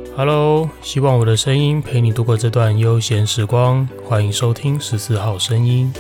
Hello， 希望我的声音陪你度过这段悠闲时光，欢迎收听14号声音。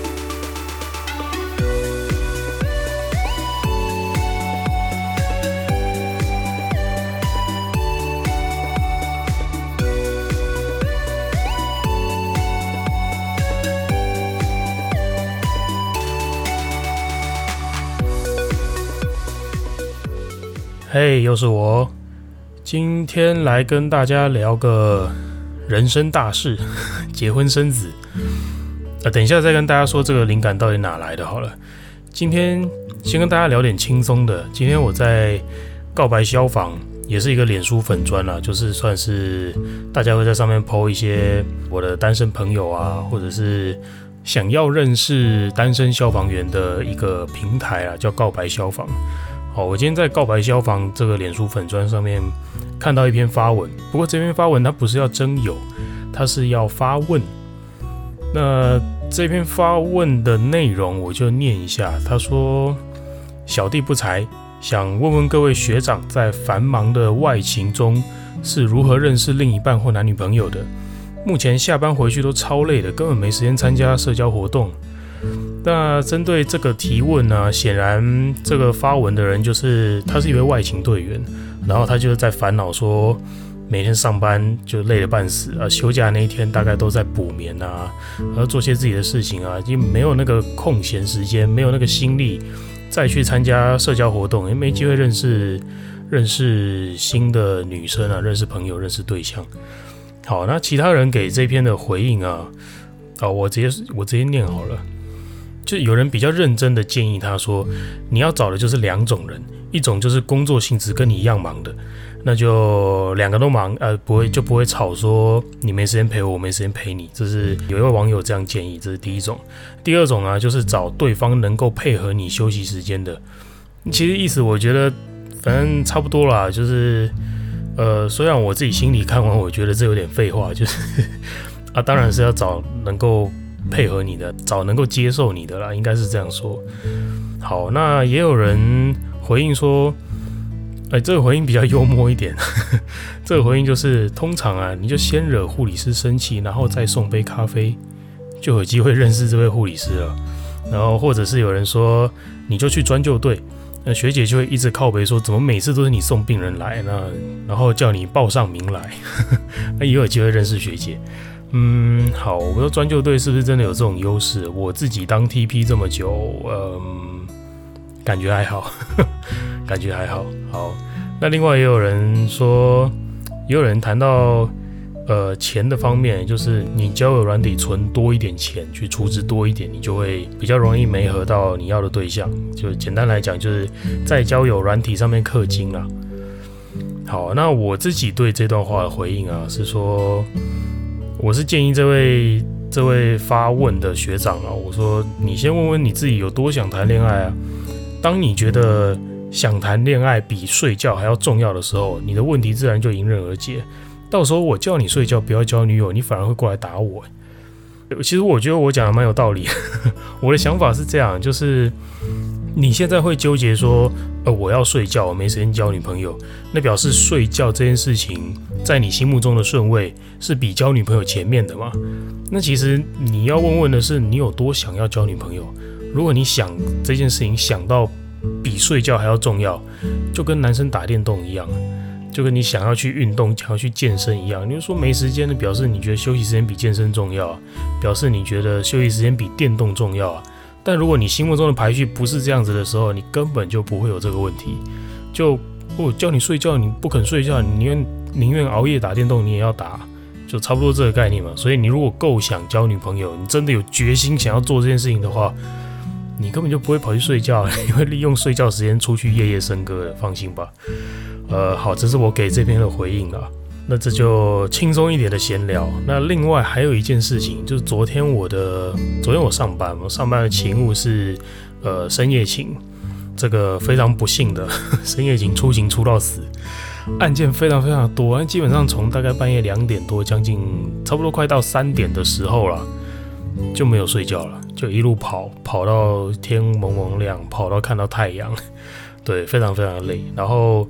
嘿，又是我。今天来跟大家聊个人生大事，结婚生子。等一下再跟大家说这个灵感到底哪来的好了。今天先跟大家聊点轻松的。今天我在告白消防，也是一个脸书粉专啦，就是算是大家会在上面 po 一些我的单身朋友啊，或者是想要认识单身消防员的一个平台啦，叫告白消防。好，我今天在告白消防这个脸书粉专上面看到一篇发文，不过这篇发文它不是要征友，它是要发问。那这篇发问的内容我就念一下，他说：小弟不才，想问问各位学长，在繁忙的外勤中是如何认识另一半或男女朋友的？目前下班回去都超累的，根本没时间参加社交活动。那针对这个提问呢，显然这个发文的人他是一位外勤队员，然后他就在烦恼说，每天上班就累得半死啊，休假那一天大概都在补眠啊，然后做些自己的事情啊，就没有那个空闲时间，没有那个心力再去参加社交活动，也没机会认识新的女生啊，认识朋友，认识对象。好，那其他人给这篇的回应啊，我直接念好了。就有人比较认真的建议他说，你要找的就是两种人，一种就是工作性质跟你一样忙的，那就两个都忙，不会吵说你没时间陪我，我没时间陪你。这是有一位网友这样建议，这是第一种。第二种啊，就是找对方能够配合你休息时间的。其实意思我觉得反正差不多啦，就是虽然我自己心里看完，我觉得这有点废话，就是当然是要找能够配合你的，找能够接受你的啦，应该是这样说。好，那也有人回应说，这个回应比较幽默一点。这个回应就是，通常啊，你就先惹护理师生气，然后再送杯咖啡，就有机会认识这位护理师了。然后或者是有人说，你就去专救队，那学姐就会一直靠北说，怎么每次都是你送病人来，然后叫你报上名来，那也有机会认识学姐。好，我说专救队是不是真的有这种优势？我自己当 TP 这么久，感觉还好，感觉还好。好，那另外也有人说，也有人谈到钱的方面，就是你交友软体存多一点钱，去储值多一点，你就会比较容易媒合到你要的对象。就简单来讲，就是在交友软体上面氪金啦。好，那我自己对这段话的回应啊，是说，我是建议这位发问的学长啊，我说你先问问你自己有多想谈恋爱啊。当你觉得想谈恋爱比睡觉还要重要的时候，你的问题自然就迎刃而解。到时候我叫你睡觉不要交女友，你反而会过来打我。其实我觉得我讲的蛮有道理。我的想法是这样，就是你现在会纠结说，我要睡觉，我没时间交女朋友，那表示睡觉这件事情在你心目中的顺位是比交女朋友前面的嘛？那其实你要问的是，你有多想要交女朋友？如果你想这件事情想到比睡觉还要重要，就跟男生打电动一样，就跟你想要去运动、想要去健身一样。你就说没时间的，表示你觉得休息时间比健身重要啊，表示你觉得休息时间比电动重要啊。但如果你心目中的排序不是这样子的时候，你根本就不会有这个问题。就我叫你睡觉，你不肯睡觉，你宁愿熬夜打电动，你也要打，就差不多这个概念嘛。所以你如果够想交女朋友，你真的有决心想要做这件事情的话，你根本就不会跑去睡觉，你会利用睡觉时间出去夜夜笙歌的，放心吧。好，这是我给这篇的回应啦。那这就轻松一点的闲聊。那另外还有一件事情，就是昨天我上班，我上班的勤务是深夜勤，这个非常不幸的深夜勤出勤出到死，案件非常非常多，基本上从大概半夜2点多，将近差不多快到3点的时候啦，就没有睡觉了，就一路跑到天蒙蒙亮，跑到看到太阳，对，非常非常累。然后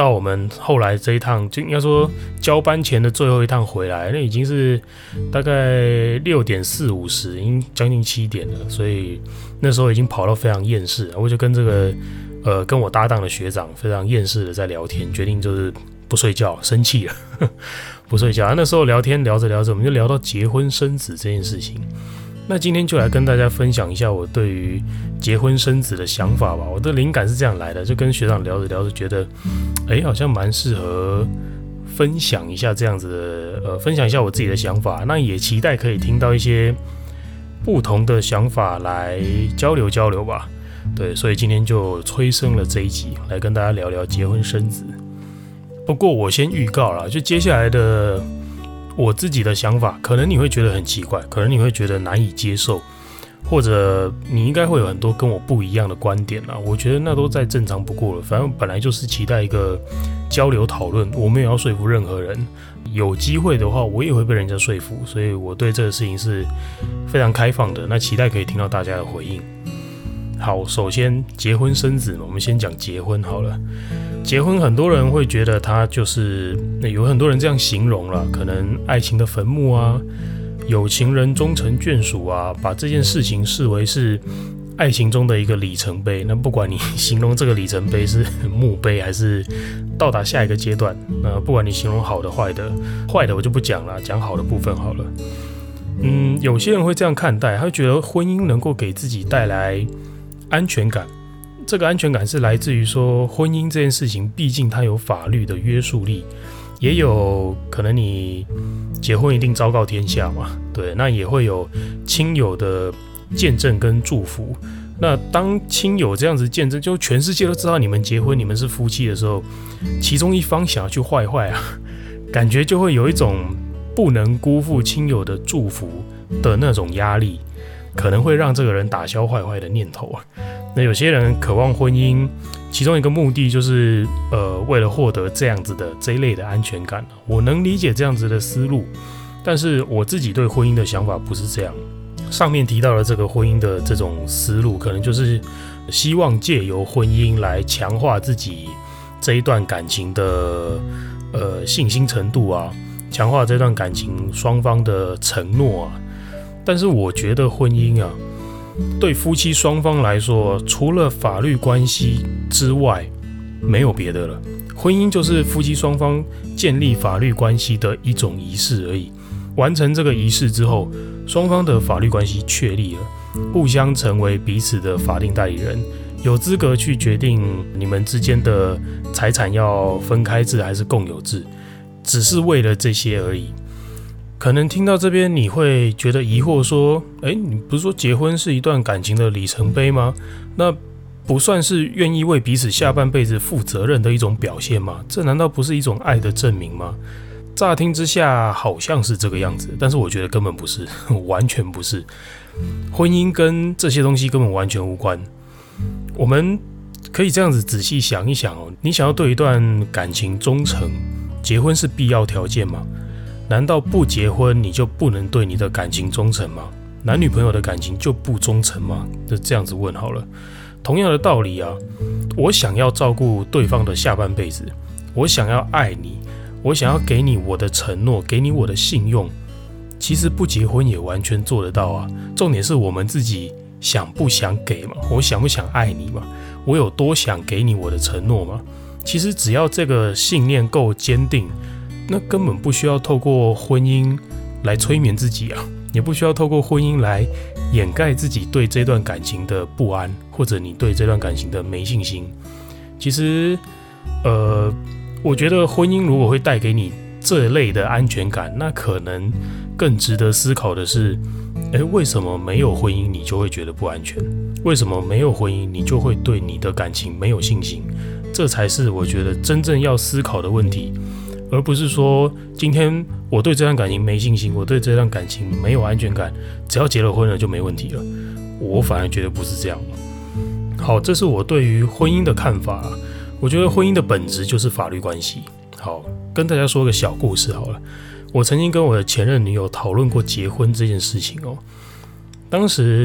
到我们后来这一趟，就应该说交班前的最后一趟回来，那已经是大概6:40，已经将近7点了，所以那时候已经跑到非常厌世，我就跟这个跟我搭档的学长非常厌世的在聊天，决定就是不睡觉，生气了不睡觉。那时候聊天聊着聊着，我们就聊到结婚生子这件事情。那今天就来跟大家分享一下我对于结婚生子的想法吧。我的灵感是这样来的，就跟学长聊着聊着，觉得好像蛮适合分享一下这样子的，分享一下我自己的想法。那也期待可以听到一些不同的想法来交流交流吧。对，所以今天就催生了这一集，来跟大家聊聊结婚生子。不过我先预告啦，就接下来的我自己的想法，可能你会觉得很奇怪，可能你会觉得难以接受，或者你应该会有很多跟我不一样的观点啦。我觉得那都再正常不过了，反正本来就是期待一个交流讨论，我没有要说服任何人。有机会的话，我也会被人家说服，所以我对这个事情是非常开放的。那期待可以听到大家的回应。好，首先结婚生子，我们先讲结婚好了。结婚很多人会觉得它就是有很多人这样形容啦，可能爱情的坟墓啊，有情人终成眷属啊，把这件事情视为是爱情中的一个里程碑。那不管你形容这个里程碑是墓碑还是到达下一个阶段，不管你形容好的坏的，坏的我就不讲了，讲好的部分好了。有些人会这样看待，他会觉得婚姻能够给自己带来安全感。这个安全感是来自于说，婚姻这件事情毕竟它有法律的约束力，也有可能你结婚一定昭告天下嘛，对，那也会有亲友的见证跟祝福。那当亲友这样子见证，就全世界都知道你们结婚，你们是夫妻的时候，其中一方想要去坏啊，感觉就会有一种不能辜负亲友的祝福的那种压力，可能会让这个人打消坏的念头啊。那有些人渴望婚姻，其中一个目的就是为了获得这样子的这一类的安全感。我能理解这样子的思路，但是我自己对婚姻的想法不是这样。上面提到的这个婚姻的这种思路，可能就是希望借由婚姻来强化自己这一段感情的信心程度啊，强化这段感情双方的承诺啊。但是我觉得婚姻啊，对夫妻双方来说，除了法律关系之外，没有别的了。婚姻就是夫妻双方建立法律关系的一种仪式而已。完成这个仪式之后，双方的法律关系确立了，互相成为彼此的法定代理人，有资格去决定你们之间的财产要分开制还是共有制，只是为了这些而已。可能听到这边你会觉得疑惑说，你不是说结婚是一段感情的里程碑吗？那不算是愿意为彼此下半辈子负责任的一种表现吗？这难道不是一种爱的证明吗？乍听之下好像是这个样子，但是我觉得根本不是，完全不是。婚姻跟这些东西根本完全无关。我们可以这样子仔细想一想哦，你想要对一段感情忠诚，结婚是必要条件吗？难道不结婚你就不能对你的感情忠诚吗？男女朋友的感情就不忠诚吗？就这样子问好了。同样的道理啊，我想要照顾对方的下半辈子，我想要爱你，我想要给你我的承诺，给你我的信用，其实不结婚也完全做得到啊。重点是我们自己想不想给嘛，我想不想爱你嘛，我有多想给你我的承诺嘛。其实只要这个信念够坚定，那根本不需要透过婚姻来催眠自己啊，也不需要透过婚姻来掩盖自己对这段感情的不安，或者你对这段感情的没信心。其实我觉得婚姻如果会带给你这类的安全感，那可能更值得思考的是，为什么没有婚姻你就会觉得不安全？为什么没有婚姻你就会对你的感情没有信心？这才是我觉得真正要思考的问题，而不是说今天我对这段感情没信心，我对这段感情没有安全感，只要结了婚了就没问题了。我反而觉得不是这样。好，这是我对于婚姻的看法。我觉得婚姻的本质就是法律关系。好，跟大家说个小故事好了。我曾经跟我的前任女友讨论过结婚这件事情哦。当时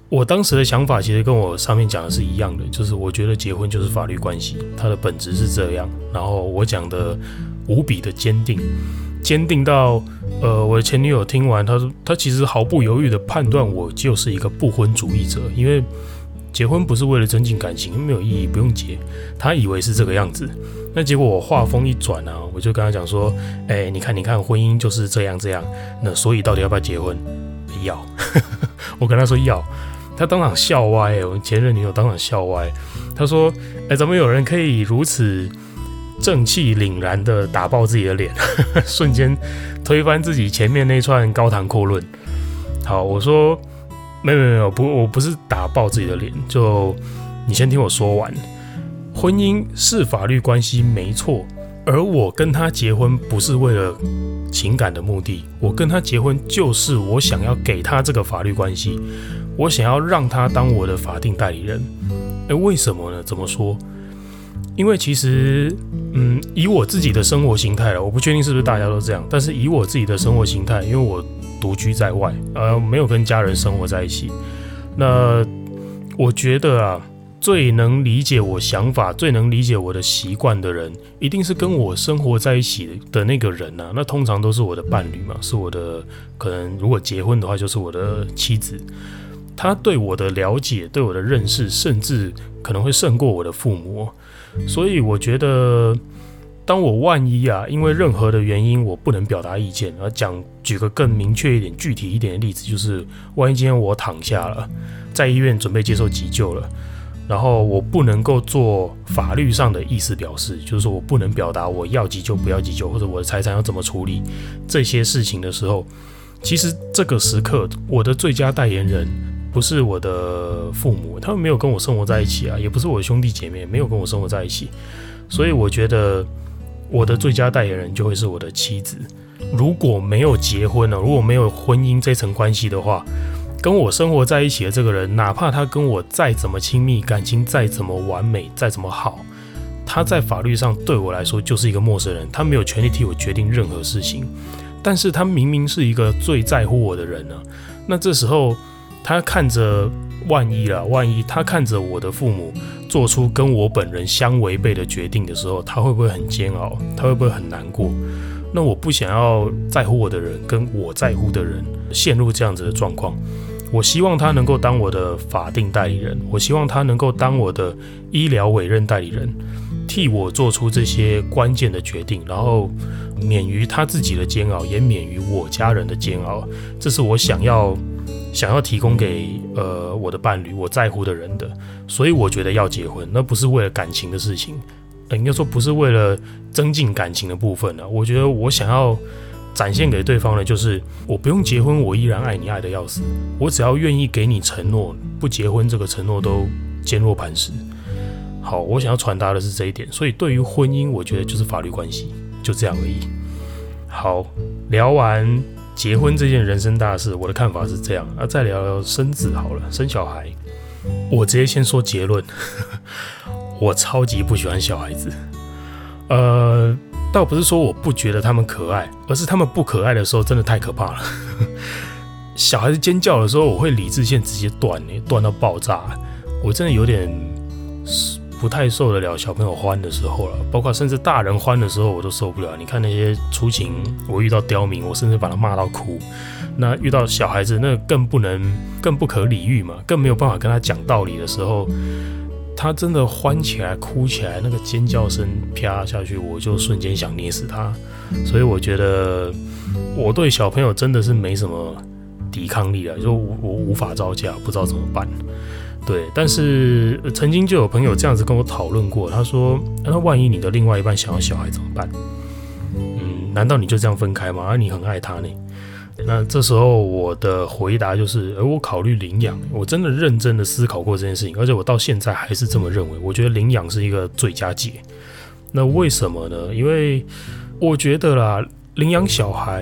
我当时的想法其实跟我上面讲的是一样的，就是我觉得结婚就是法律关系，它的本质是这样。然后我讲的无比的坚定到我的前女友听完，她其实毫不犹豫的判断我就是一个不婚主义者，因为结婚不是为了增进感情，没有意义，不用结。她以为是这个样子，那结果我话锋一转啊，我就跟她讲说，你看，婚姻就是这样，那所以到底要不要结婚？要，我跟她说要。他当场笑歪，我前任女友当场笑歪。他说：“怎么有人可以如此正气凛然的打爆自己的脸，瞬间推翻自己前面那串高谈阔论？”好，我说：“没有，我不是打爆自己的脸，就你先听我说完。婚姻是法律关系，没错。而我跟他结婚不是为了情感的目的，我跟他结婚就是我想要给他这个法律关系。”我想要让他当我的法定代理人，为什么呢？怎么说？因为其实，以我自己的生活形态了，我不确定是不是大家都这样，但是以我自己的生活形态，因为我独居在外，没有跟家人生活在一起，那我觉得啊，最能理解我想法、最能理解我的习惯的人，一定是跟我生活在一起的那个人啊。那通常都是我的伴侣嘛，是我的，可能如果结婚的话，就是我的妻子。他对我的了解、对我的认识，甚至可能会胜过我的父母，所以我觉得，当我万一因为任何的原因我不能表达意见，举个更明确一点、具体一点的例子，就是万一今天我躺下了，在医院准备接受急救了，然后我不能够做法律上的意思表示，就是说我不能表达我要急救不要急救，或者我的财产要怎么处理这些事情的时候，其实这个时刻我的最佳代言人不是我的父母，他们没有跟我生活在一起啊，也不是我的兄弟姐妹，没有跟我生活在一起，所以我觉得我的最佳代言人就会是我的妻子。如果没有结婚了，如果没有婚姻这层关系的话，跟我生活在一起的这个人，哪怕他跟我再怎么亲密，感情再怎么完美，再怎么好，他在法律上对我来说就是一个陌生人，他没有权利替我决定任何事情，但是他明明是一个最在乎我的人啊，那这时候他看着万一他看着我的父母做出跟我本人相违背的决定的时候，他会不会很煎熬？他会不会很难过？那我不想要在乎我的人跟我在乎的人陷入这样子的状况。我希望他能够当我的法定代理人，我希望他能够当我的医疗委任代理人，替我做出这些关键的决定，然后免于他自己的煎熬，也免于我家人的煎熬。这是我想要提供给我的伴侣，我在乎的人的，所以我觉得要结婚，那不是为了感情的事情，应该说不是为了增进感情的部分啊。我觉得我想要展现给对方的就是，我不用结婚，我依然爱你，爱得要死。我只要愿意给你承诺，不结婚这个承诺都坚若磐石。好，我想要传达的是这一点，所以对于婚姻，我觉得就是法律关系，就这样而已。好，聊完结婚这件人生大事，我的看法是这样。再聊聊生子好了，生小孩。我直接先说结论，我超级不喜欢小孩子。倒不是说我不觉得他们可爱，而是他们不可爱的时候真的太可怕了。小孩子尖叫的时候，我会理智线直接断到爆炸。我真的有点不太受得了小朋友欢的时候了，包括甚至大人欢的时候我都受不了。你看那些出勤，我遇到刁民，我甚至把他骂到哭。那遇到小孩子，那更不可理喻嘛，更没有办法跟他讲道理的时候，他真的欢起来、哭起来，那个尖叫声啪下去，我就瞬间想捏死他。所以我觉得我对小朋友真的是没什么抵抗力了，就我无法招架，不知道怎么办。对，但是曾经就有朋友这样子跟我讨论过，他说：“那万一你的另外一半想要小孩怎么办？难道你就这样分开吗？你很爱他呢？”那这时候我的回答就是，我考虑领养，我真的认真的思考过这件事情，而且我到现在还是这么认为，我觉得领养是一个最佳解。那为什么呢？因为我觉得啦，领养小孩，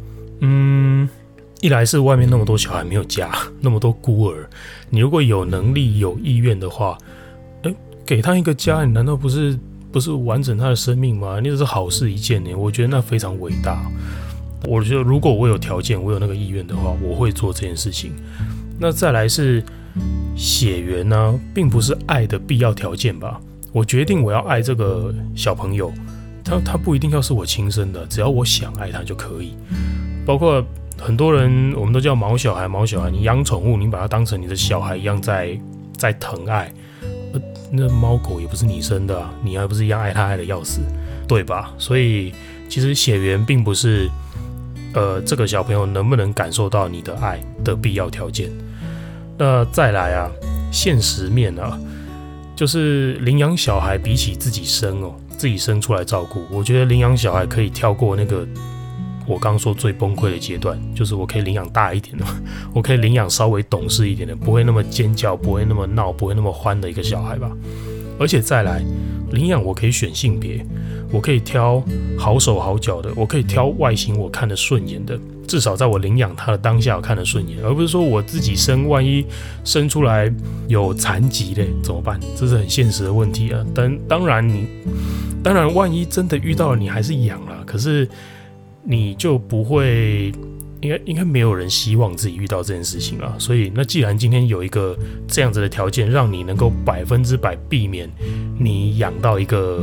一来是外面那么多小孩没有家，那么多孤儿，你如果有能力有意愿的话，给他一个家，你难道不是完整他的生命吗？那是好事一件呢，我觉得那非常伟大。我觉得如果我有条件，我有那个意愿的话，我会做这件事情。那再来是血缘呢，并不是爱的必要条件吧？我决定我要爱这个小朋友，他不一定要是我亲生的，只要我想爱他就可以。包括很多人，我们都叫毛小孩，你养宠物，你把它当成你的小孩一样在疼爱，那猫狗也不是你生的啊，你还不是一样爱它爱的要死，对吧？所以其实血缘并不是这个小朋友能不能感受到你的爱的必要条件。那再来啊，现实面啊，就是领养小孩比起自己生出来照顾，我觉得领养小孩可以跳过那个我刚说最崩溃的阶段，就是我可以领养大一点的，我可以领养稍微懂事一点的，不会那么尖叫，不会那么闹，不会那么欢的一个小孩吧。而且再来，领养我可以选性别，我可以挑好手好脚的，我可以挑外形我看得顺眼的，至少在我领养他的当下我看得顺眼，而不是说我自己生，万一生出来有残疾嘞怎么办？这是很现实的问题啊。当然万一真的遇到了，你还是养啦，可是你就不会，应该没有人希望自己遇到这件事情啊。所以那既然今天有一个这样子的条件，让你能够100%避免你养到一个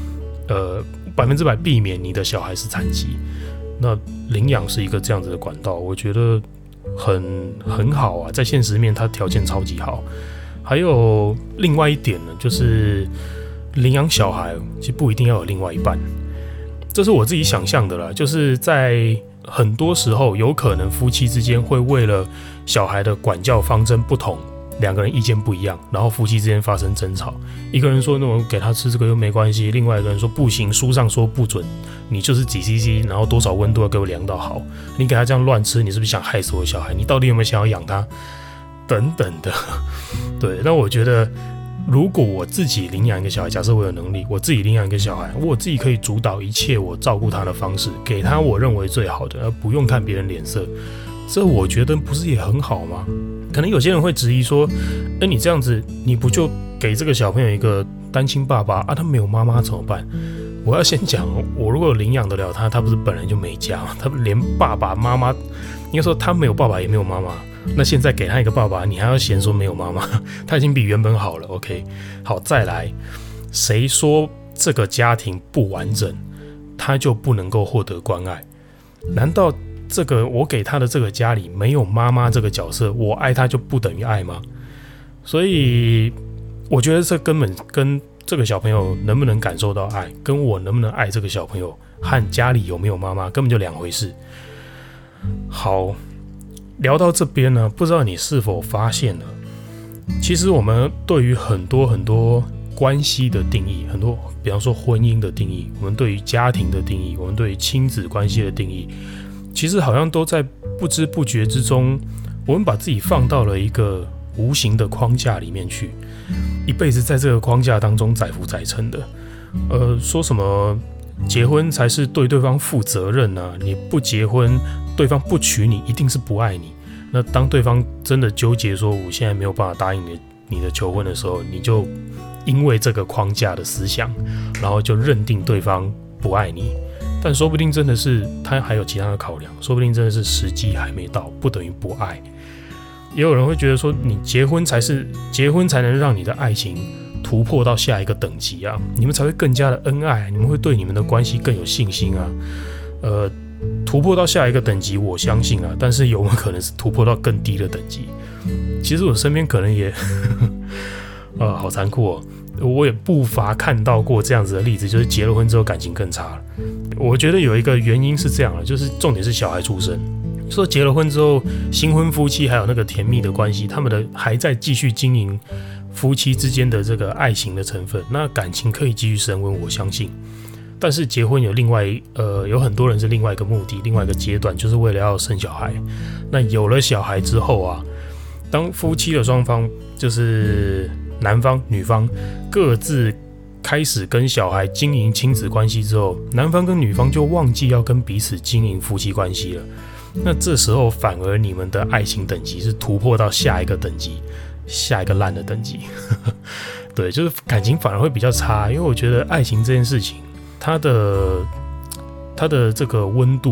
100%避免你的小孩是残疾，那领养是一个这样子的管道，我觉得很好啊，在现实面它条件超级好。还有另外一点呢，就是领养小孩其实不一定要有另外一半，这是我自己想象的啦，就是在很多时候有可能夫妻之间会为了小孩的管教方针不同，两个人意见不一样，然后夫妻之间发生争吵，一个人说那我给他吃这个又没关系，另外一个人说不行，书上说不准，你就是几 cc， 然后多少温度要给我量到好，你给他这样乱吃，你是不是想害死我的小孩？你到底有没有想要养他？等等的。对，那我觉得如果我自己领养一个小孩，假设我有能力，我自己领养一个小孩，我自己可以主导一切我照顾他的方式，给他我认为最好的，而不用看别人脸色，这我觉得不是也很好吗？可能有些人会质疑说，你这样子你不就给这个小朋友一个单亲爸爸啊，他没有妈妈怎么办？我要先讲，我如果领养得了他，他不是本来就没家吗？他连爸爸妈妈，应该说他没有爸爸也没有妈妈，那现在给他一个爸爸，你还要嫌说没有妈妈？他已经比原本好了。OK， 好，再来，谁说这个家庭不完整，他就不能够获得关爱？难道这个我给他的这个家里没有妈妈这个角色，我爱他就不等于爱吗？所以我觉得这根本跟这个小朋友能不能感受到爱，跟我能不能爱这个小朋友，和家里有没有妈妈根本就两回事。好，聊到这边呢，不知道你是否发现了，其实我们对于很多关系的定义，很多比方说婚姻的定义，我们对于家庭的定义，我们对于亲子关系的定义，其实好像都在不知不觉之中，我们把自己放到了一个无形的框架里面去，一辈子在这个框架当中载浮载沉的。说什么结婚才是对对方负责任啊，你不结婚，对方不娶你，一定是不爱你。那当对方真的纠结说我现在没有办法答应你的求婚的时候，你就因为这个框架的思想，然后就认定对方不爱你。但说不定真的是他还有其他的考量，说不定真的是时机还没到，不等于不爱。也有人会觉得说，你结婚才能让你的爱情突破到下一个等级啊，你们才会更加的恩爱，你们会对你们的关系更有信心啊。突破到下一个等级，我相信啊，但是有没有可能是突破到更低的等级？其实我身边可能也好残酷哦，我也不乏看到过这样子的例子，就是结了婚之后感情更差了。我觉得有一个原因是这样的，就是重点是小孩出生。说结了婚之后，新婚夫妻还有那个甜蜜的关系，他们的还在继续经营夫妻之间的这个爱情的成分，那感情可以继续升温，我相信。但是结婚有另外有很多人是另外一个目的，另外一个阶段，就是为了要生小孩。那有了小孩之后啊，当夫妻的双方，就是男方女方各自开始跟小孩经营亲子关系之后，男方跟女方就忘记要跟彼此经营夫妻关系了。那这时候反而你们的爱情等级是突破到下一个等级，下一个烂的等级。对，就是感情反而会比较差，因为我觉得爱情这件事情，它的这个温度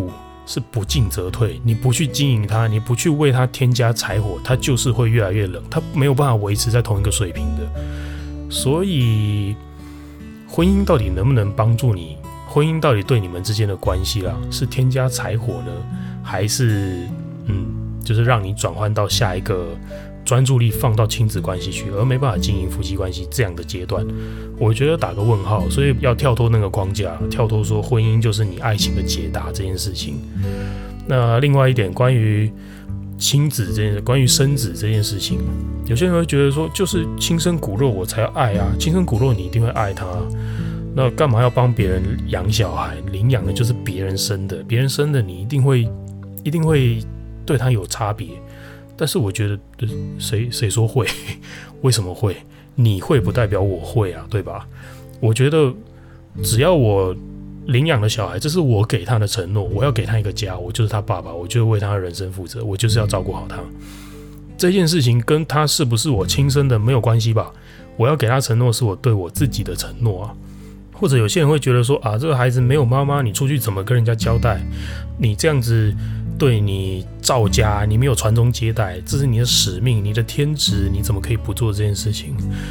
是不进则退，你不去经营它，你不去为它添加柴火，它就是会越来越冷，它没有办法维持在同一个水平的。所以婚姻到底能不能帮助你？婚姻到底对你们之间的关系啦，是添加柴火呢，还是就是让你转换到下一个专注力放到亲子关系去，而没办法经营夫妻关系这样的阶段？我觉得打个问号。所以要跳脱那个框架，跳脱说婚姻就是你爱情的解答这件事情。那另外一点，关于亲子这件，关于生子这件事情，有些人会觉得说，就是亲生骨肉我才要爱啊，亲生骨肉你一定会爱他，那干嘛要帮别人养小孩？领养的就是别人生的，别人生的你一定会对他有差别。但是我觉得，谁说会？为什么会？你会不代表我会啊，对吧？我觉得只要我领养的小孩，这是我给他的承诺，我要给他一个家，我就是他爸爸，我就为他的人生负责，我就是要照顾好他。这件事情跟他是不是我亲生的没有关系吧？我要给他承诺，是我对我自己的承诺啊。或者有些人会觉得说啊，这个孩子没有妈妈，你出去怎么跟人家交代？你这样子对你赵家，你没有传宗接代，这是你的使命，你的天职，你怎么可以不做这件事情？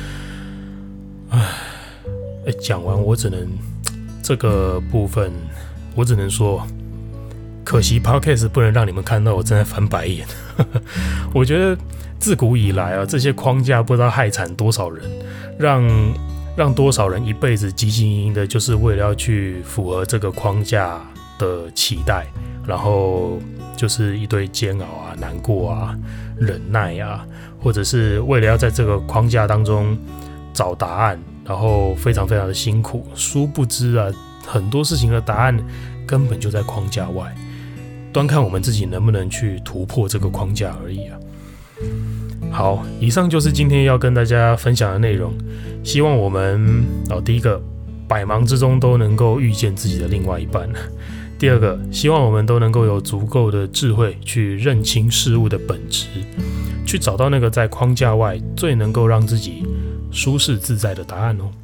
讲完我只能这个部分，我只能说，可惜 Podcast 不能让你们看到我正在翻白眼。我觉得自古以来啊，这些框架不知道害惨多少人，让多少人一辈子汲汲营营的，就是为了要去符合这个框架的期待，然后就是一堆煎熬啊、难过啊、忍耐啊，或者是为了要在这个框架当中找答案，然后非常非常的辛苦。殊不知啊，很多事情的答案根本就在框架外，端看我们自己能不能去突破这个框架而已啊。好，以上就是今天要跟大家分享的内容。希望我们第一个，百忙之中都能够遇见自己的另外一半；第二个，希望我们都能够有足够的智慧去认清事物的本质，去找到那个在框架外最能够让自己舒适自在的答案哦。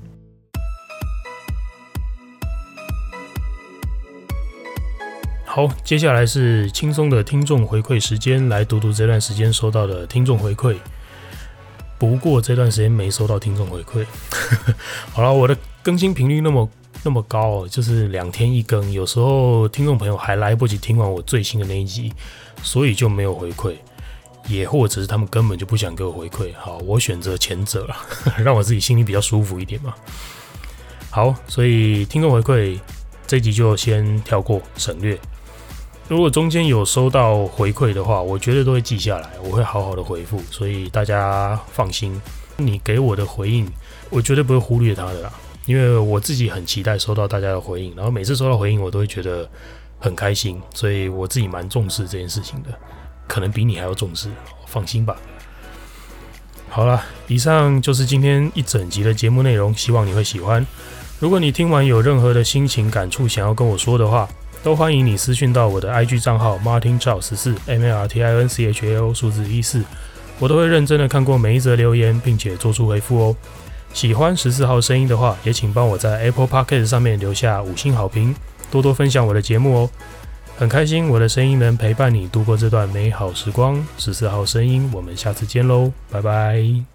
好，接下来是轻松的听众回馈时间，来读读这段时间收到的听众回馈。不过这段时间没收到听众回馈。好了，我的更新频率那么高，就是2天一更，有时候听众朋友还来不及听完我最新的那一集，所以就没有回馈，也或者是他们根本就不想给我回馈。好，我选择前者了，让我自己心里比较舒服一点嘛。好，所以听众回馈这一集就先跳过省略。如果中间有收到回馈的话，我绝对都会记下来，我会好好的回复，所以大家放心，你给我的回应，我绝对不会忽略它的啦，因为我自己很期待收到大家的回应，然后每次收到回应我都会觉得很开心，所以我自己蛮重视这件事情的，可能比你还要重视，放心吧。好啦，以上就是今天一整集的节目内容，希望你会喜欢。如果你听完有任何的心情感触想要跟我说的话，都欢迎你私讯到我的 IG 账号 martinchao14 MARTINCHAO 数字14，我都会认真的看过每一则留言，并且做出回复哦。喜欢14号声音的话，也请帮我在 Apple Podcast 上面留下5星好评，多多分享我的节目哦。很开心我的声音能陪伴你度过这段美好时光。14号声音，我们下次见喽，拜拜。